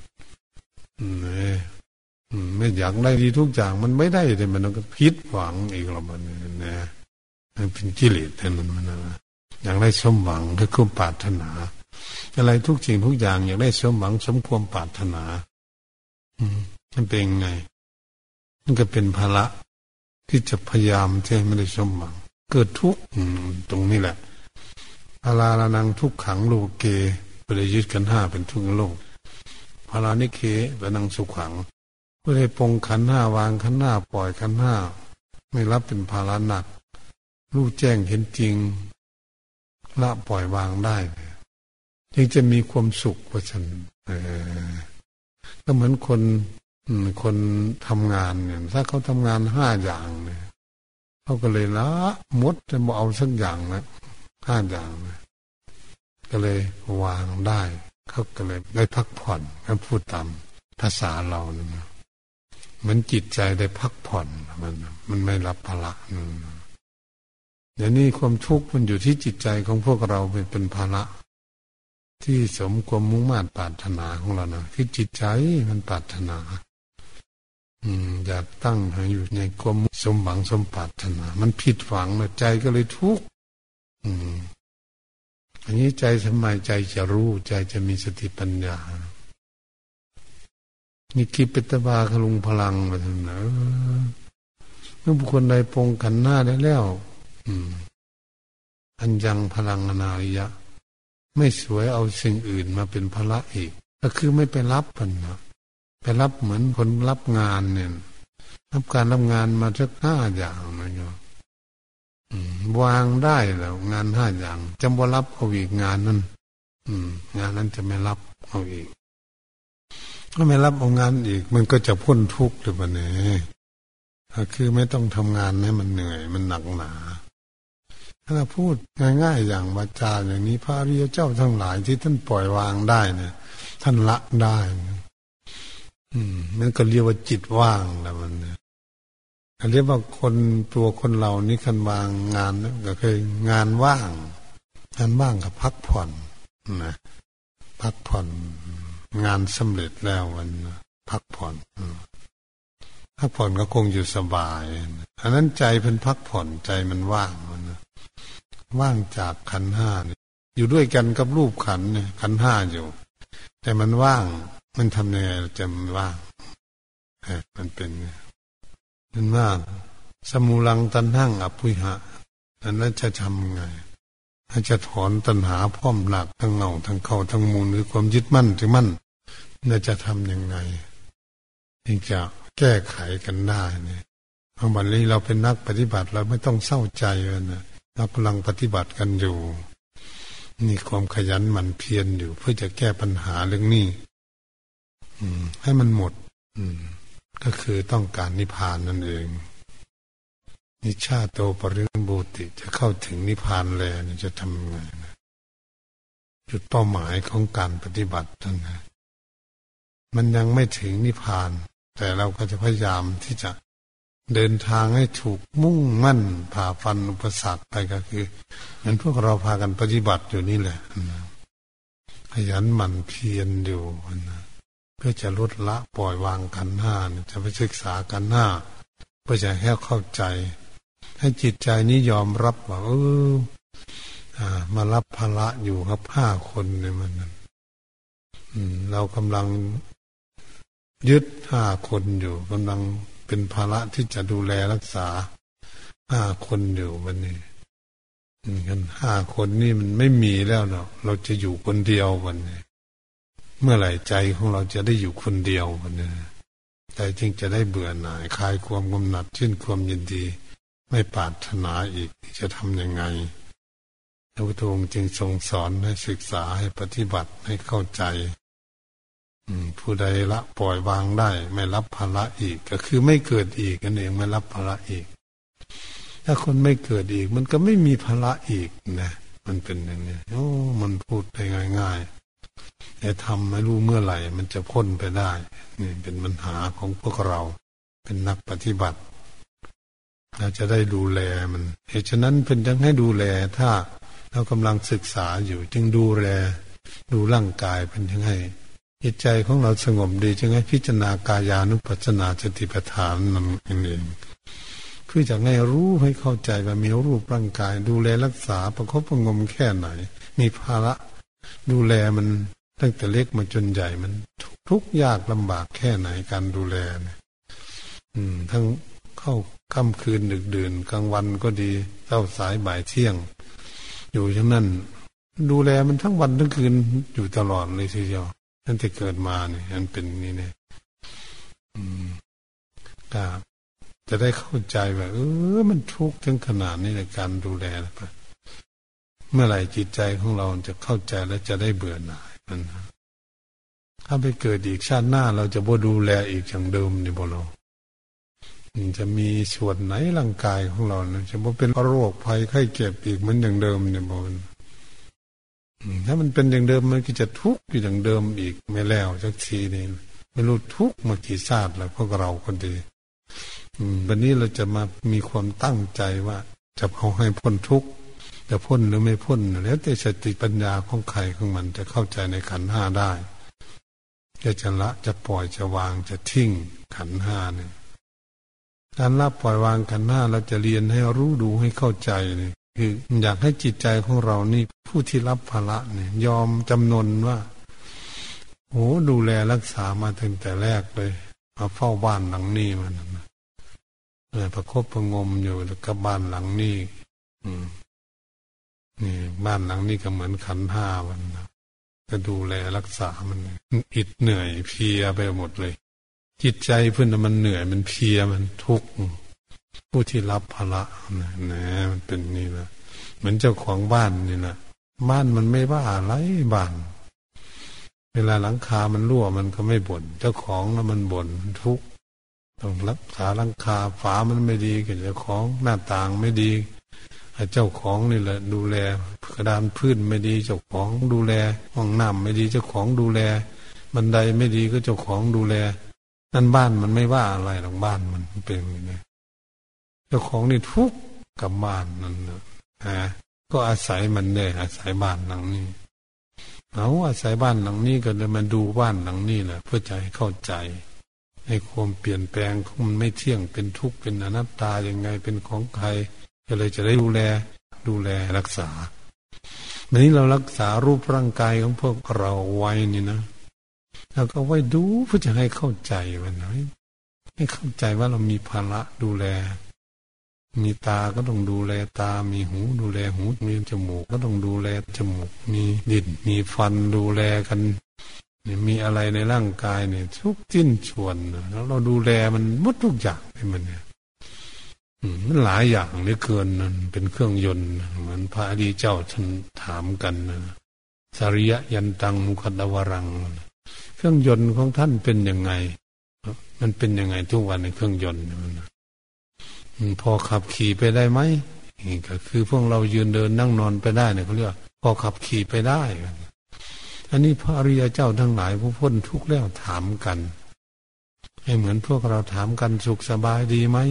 ไม่อยากได้ดีทุกอย่างมันไม่ได้เลยมันก็ผิดหวังอีกแล้วมันนะมันเป็นกิเลสแต่มันนะอยากได้สมหวังคือความปรารถนาอะไรทุกสิ่งทุกอย่างอยากได้สมหวังสมความปรารถนามันเป็นไงมันก็เป็นภาระที่จะพยายามที่ไม่ได้สมหวังเกิดทุกข์ตรงนี้แหละภาราระนังทุกขังโลเกไปเลยยึดขันธ์ห้าเป็นทุกข์ในโลกภารานิเคระนังสุขขังเพื่อให้ปรงขันธ์ห้าวางขันธ์ห้าปล่อยขันธ์ห้าไม่รับเป็นภาระหนักรู้แจ้งเห็นจริงละปล่อยวางได้จึงจะมีความสุขว่าฉันก็เหมือนคนทำงานเนี่ยถ้าเขาทำงาน5 อย่างเนี่ยเขาก็เลยละหมดจะบ่เอาสักอย่างนะ5 อย่างนะก็เลยวางได้เขาก็เลยได้พักผ่อนถ้าพูดตามภาษาเรานะเหมือนจิตใจได้พักผ่อนมันไม่รับภาระเดี๋ยวนี้ความทุกข์มันอยู่ที่จิตใจของพวกเราเป็นภาระที่สมความมุ่งมั่นปรารถนาของเรานะคือจิตใจมันปรารถนาอยากตั้งอยู่ในความสมหวังสมปรารถนามันผิดหวังนะใจก็เลยทุกข์อันนี้ใจทำไมใจจะรู้ใจจะมีสติปัญญานี่กิปิตบาคลุงพลังมาทำเนเมื่อบุคคลใดปรงขันธ์หน้าได้แล้วอัญญังพลังอนาริยะไม่สวยเอาสิ่งอื่นมาเป็นภาระอีกก็คือไม่ไปรับมันนะไปรับเหมือนคนรับงานเนี่ยรับการรับงานมาสัก5 อย่างนะโยมวางได้แล้วงาน5 อย่างจำว่ารับเอาอีกงานนั้นงานนั้นจะไม่รับเอาอีกถ้าไม่รับเอางานอีกมันก็จะพ้นทุกข์หรือเปล่าเนี่ยคือไม่ต้องทำงานให้มันเหนื่อยมันหนักหนาถ้าพูดง่ายๆอย่างวาจาอย่างนี้พระอริยเจ้าทั้งหลายที่ท่านปล่อยวางได้เนี่ยท่านละได้มันก็เรียกว่าจิตว่างแล้วมันเรียกว่าคนเรานี่คันวางงานก็คืองานว่างกับพักผ่อนนะพักผ่อนงานสำเร็จแล้วมันพักผ่อนก็คงอยู่สบายอันนั้นใจเป็นพักผ่อนใจมันว่างมันว่างจากขันธ์5เนี่ยอยู่ด้วยกันกับรูปขันธ์เนี่ยขันธ์5อยู่แต่มันว่างมันทำยังไงจะมันว่างมันเป็นมันว่างสมูลังตัณหังอภุหะนั้นจะทำไงถ้าจะถอนตัณหาพร้อมหลักทั้งเงาทั้งเข้าทั้งมูลหรือความยึดมั่นถือมั่นน่าจะทำยังไงจึงจะแก้ไขกันได้เนี่ยวันนี้เราเป็นนักปฏิบัติเราไม่ต้องเศร้าใจเลยนะเรากำลังปฏิบัติกันอยู่นี่ความขยันหมั่นเพียรอยู่เพื่อจะแก้ปัญหาเรื่องนี้ให้มันหมดก็คือต้องการนิพพานนั่นเองนิชาโตปรินิพบูติจะเข้าถึงนิพพานแล้วจะทำไงนะจุดเป้าหมายของการปฏิบัตินั่นนะมันยังไม่ถึงนิพพานแต่เราก็จะพยายามที่จะเดินทางให้ถูกมุ่งมั่นผ่าฟันอุปสรรคไปก็คือเหมือนพวกเราพากันปฏิบัติอยู่นี่แหละขยันหมั่นเพียรอยู่นะเพื่อจะลดละปล่อยวางขันธ์5จะไปศึกษาขันธ์5เพื่อจะให้เข้าใจให้จิตใจนี้ยอมรับว่ามารับภาระอยู่ครับ5 คนเนี่ยมันเรากำลังยึด5 คนอยู่กำลังเป็นภาระที่จะดูแลรักษา5 คนอยู่วันนี้กัน5 คนนี่มันไม่มีแล้วเนาะเราจะอยู่คนเดียววันนี้เมื่อไหร่ใจของเราจะได้อยู่คนเดียววันนี้ใจจึงจะได้เบื่อหน่ายคลายความกำหนัดชื่นความยินดีไม่ปรารถนาอีกจะทำยังไงพระพุทธองค์จึงทรงสอนให้ศึกษาให้ปฏิบัติให้เข้าใจผู้ใดละปล่อยวางได้ไม่รับภาระอีกก็คือไม่เกิดอีกนั่นเองไม่รับภาระอีกถ้าคนไม่เกิดอีกมันก็ไม่มีภาระอีกนะมันเป็นอย่างนี้มันพูดได้ง่ายๆแต่ทำไม่รู้เมื่อไหร่มันจะพ้นไปได้นี่เป็นปัญหาของพวกเราเป็นนักปฏิบัติเราจะได้ดูแลมันเหตุฉะนั้นเป็นยังให้ดูแลถ้าเรากำลังศึกษาอยู่จึงดูแลดูร่างกายเป็นยังไงจิตใจของเราสงบดีจึงให้พิจารณากายานุปัสสนาสติปัฏฐานนั่นเองเพื่อจะให้รู้ให้เข้าใจว่ามีรูปร่างกายดูแลรักษาประคบประงมแค่ไหนมีภาระดูแลมันตั้งแต่เล็กมาจนใหญ่มันทุกข์ยากลำบากแค่ไหนการดูแลเนี่ยทั้งเข้าค่ำคืนดึกดื่นกลางวันก็ดีเช้าสายบ่ายเที่ยงอยู่อย่างนั้นดูแลมันทั้งวันทั้งคืนอยู่ตลอดเลยทีเดียวตั้งแต่เกิดมาเนี่ยมันเป็นนี่เนี่ยก็จะได้เข้าใจว่ามันทุกข์ถึงขนาดนี้ในการดูแลไปเมื่อไหร่จิตใจของเราจะเข้าใจและจะได้เบื่อหน่ายมันถ้าไปเกิดอีกชาติหน้าเราจะบ่ดูแลอีกอย่างเดิมนี่บ่เราจะมีส่วนไหนร่างกายของเราจะบ่เป็นโรคภัยไข้เจ็บอีกเหมือนอย่างเดิมเนี่ยบ่ถ้ามันเป็นอย่างเดิมมันก็จะทุกข์อยู่อย่างเดิมอีกไม่แล้วสักทีนี่ไม่รู้ทุกข์มากี่ชาติแล้วพวกเราคนดีวันนี้เราจะมามีความตั้งใจว่าจะเอาให้พ้นทุกข์จะพ้นหรือไม่พ้นแล้วแต่สติปัญญาของใครของมันจะเข้าใจในขันธ์ห้าได้จะละจะปล่อยจะวางจะทิ้งขันธ์ห้าเนี่ยการละปล่อยวางขันธ์ห้าเราจะเรียนให้รู้ดูให้เข้าใจเนี่ยคืออยากให้จิตใจของเรานี่ผู้ที่รับภาระเนี่ยยอมจำนนว่าดูแลรักษามาตั้งแต่แรกเลยมาเฝ้าบ้านหลังนี้มันประคบประงมอยู่กับบ้านหลังนี้นี่บ้านหลังนี้ก็เหมือนขันธ์ห้ามันก็ดูแลรักษามันอิดเหนื่อยเพลียไปหมดเลยจิตใจเพื่อนมันเหนื่อยมันเพลียมันทุกข์ผู้ที่รับภาระนะมันเป็นนี่นะเหมือนเจ้าของบ้านนี่นะบ้านมันไม่ว่าอะไรบ้านเวลาหลังคามันรั่วมันก็ไม่บ่นเจ้าของแล้วมันบ่นทุกข์ต้องรักษาหลังคาฝามันไม่ดีกับเจ้าของหน้าต่างไม่ดีเจ้าของนี่แหละดูแลกระดานพื้นไม่ดีเจ้าของดูแลห้องน้ำไม่ดีเจ้าของดูแลบันไดไม่ดีก็เจ้าของดูแลนั่นบ้านมันไม่ว่าอะไรหรอกบ้านมันเป็นอย่างนี้เจ้าของนี่ทุกข์กับบ้านนั่นนะก็อาศัยมันเลยอาศัยบ้านหลังนี้อาศัยบ้านหลังนี้ก็เลยมาดูบ้านหลังนี้แหละเพื่อจะให้เข้าใจในความเปลี่ยนแปลงของมันไม่เที่ยงเป็นทุกข์เป็นอนัตตายังไงเป็นของใครก็เลยจะได้ดูแลรักษาวันนี้เรารักษารูปร่างกายของพวกเราไว้นี่นะเราก็ไว้ดูเพื่อจะให้เข้าใจมันให้เข้าใจว่าเรามีภาระดูแลมีตาก็ต้องดูแลตามีหูดูแลหูมีจมูกก็ต้องดูแลจมูกมีลิ้นมีฟันดูแลกันเนี่ยมีอะไรในร่างกายเนี่ยทุกชิ้นส่วนแล้วเราดูแลมันหมดทุกอย่างให้มันเนี่ยมันหลายอย่างเหลือเกินนั่นเป็นเครื่องยนต์เหมือนพระอริยเจ้าท่านถามกันนะสริยยันตังมุขตวรังเครื่องยนต์ของท่านเป็นยังไงมันเป็นยังไงทุกวันในเครื่องยนต์มันพอขับขี่ไปได้ไหมนี่ก็คือพวกเรายืนเดินนั่งนอนไปได้เนี่ยเขาเรียกพอขับขี่ไปได้อันนี้พระอริยเจ้าทั้งหลายผู้พ้นทุกข์แล้วถามกันให้เหมือนพวกเราถามกันสุขสบายดีไหม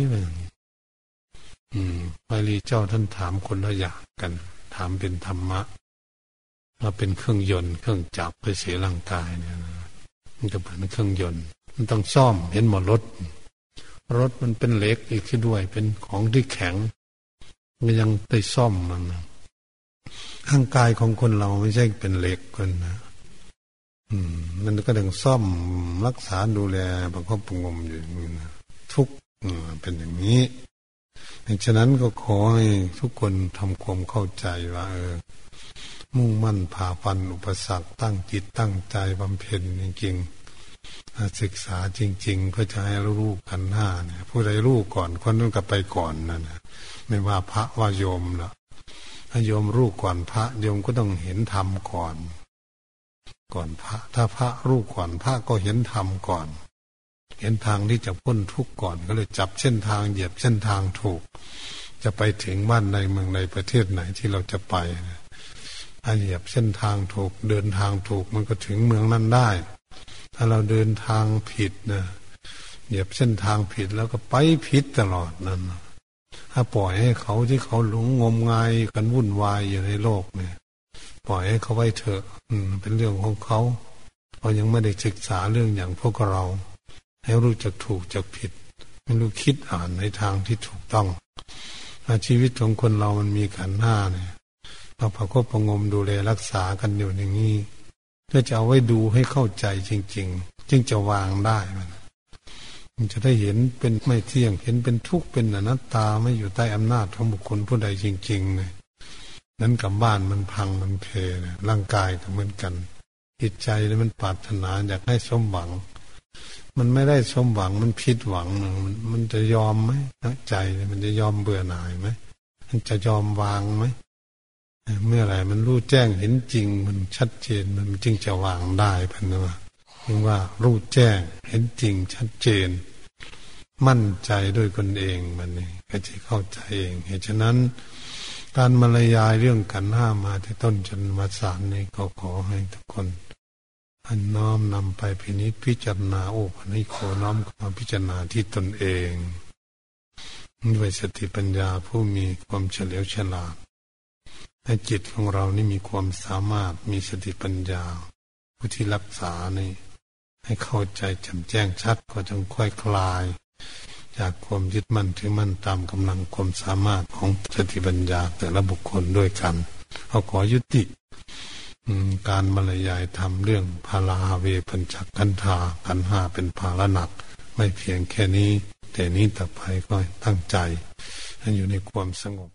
พระอริยเจ้าท่านถามคนละอย่างกันถามเป็นธรรมะว่าเป็นเครื่องยนต์เครื่องจักรไปเสียร่างกายเนี่ยมันก็เป็นเครื่องยนต์มันต้องซ่อมเห็นหมดรถมันเป็นเหล็กอีกด้วยเป็นของที่แข็งมันยังไปซ่อมมันร่างกายของคนเราไม่ใช่เป็นเหล็กคนนะมันก็ต้องซ่อมรักษาดูแลประคบประงมอยู่นะทุกเป็นอย่างนี้ฉะนั้นก็ขอให้ทุกคนทำความเข้าใจว่ามุ่งมั่นผ่าฟันอุปสรรคตั้งจิตตั้งใจบำเพ็ญจริงๆศึกษาจริงๆเพื่อจะให้รู้ขันธ์ห้าเนี่ยผู้ใดรู้ก่อนคนนั้นก็ไปก่อนนั่นนะไม่ว่าพระว่าโยมละถ้าโยมรู้ก่อนพระโยมก็ต้องเห็นธรรมก่อนพระถ้าพระรู้ก่อนพระก็เห็นธรรมก่อนเห็นทางที่จะพ้นทุกข์ก่อนก็เลยจับเส้นทางเหยียบเส้นทางถูกจะไปถึงบ้านในเมืองในประเทศไหนที่เราจะไปถ้าเหยียบเส้นทางถูกเดินทางถูกมันก็ถึงเมืองนั้นได้ถ้าเราเดินทางผิดนะเหยียบเส้นทางผิดแล้วก็ไปผิดตลอดนั่นถ้าปล่อยให้เขาที่เขาหลงงมงายกันวุ่นวายอยู่ในโลกเนี่ยปล่อยให้เขาไว้เถอะเป็นเรื่องของเขาเขายังไม่ได้ศึกษาเรื่องอย่างพวกเราให้รู้จักถูกจักผิดไม่รู้คิดอ่านในทางที่ถูกต้องชีวิตของคนเรามันมีขันธ์ห้าเนี่ยเราประคบประงมดูแลรักษากันอยู่อย่างนี้เพื่อจะเอาไว้ดูให้เข้าใจจริงๆจึงจะวางได้มันจะได้เห็นเป็นไม่เที่ยงเห็นเป็นทุกข์เป็นอนัตตาไม่อยู่ใต้อำนาจของบุคคลผู้ใดจริงๆเลยนั้นกับบ้านมันพังมันเพร่างกายก็เหมือนกันจิตใจมันปรารถนาอยากให้สมหวังมันไม่ได้สมหวังมันผิดหวังมันจะยอมไหมใจมันจะยอมเบื่อหน่ายไหมมันจะยอมวางไหมเมื่อไหร่มันรู้แจ้งเห็นจริงมันชัดเจนมันจึงจะวางได้พันว่าเรียกว่ารู้แจ้งเห็นจริงชัดเจนมั่นใจด้วยตนเองมันนี่ก็จะเข้าใจเองเหตุฉะนั้นการบรรยายเรื่องขันธ์ห้ามาที่ต้นจนมาสานนี้ก็ขอให้ทุกคนอันน้อมนำไปพิจารณาโอปัญโคน้อมมาพิจารณาที่ตนเองด้วยสติปัญญาผู้มีความเฉลียวฉลาดให้จิตของเรานี่มีความสามารถมีสติปัญญาผู้ที่รักษานี่ให้เข้าใจแจ่มแจ้งชัดก็จงค่อยคลายจากความยึดมั่นถือมั่นตามกำลังความสามารถของสติปัญญาแต่ละบุคคลด้วยกันเขาขอยุติการบรรยายธรรมเรื่องภาลาเวปัญจขันธาขันธ์ห้าเป็นภาระหนักไม่เพียงแค่นี้แต่นี้ต่อไปก็ตั้งใจให้อยู่ในความสงบ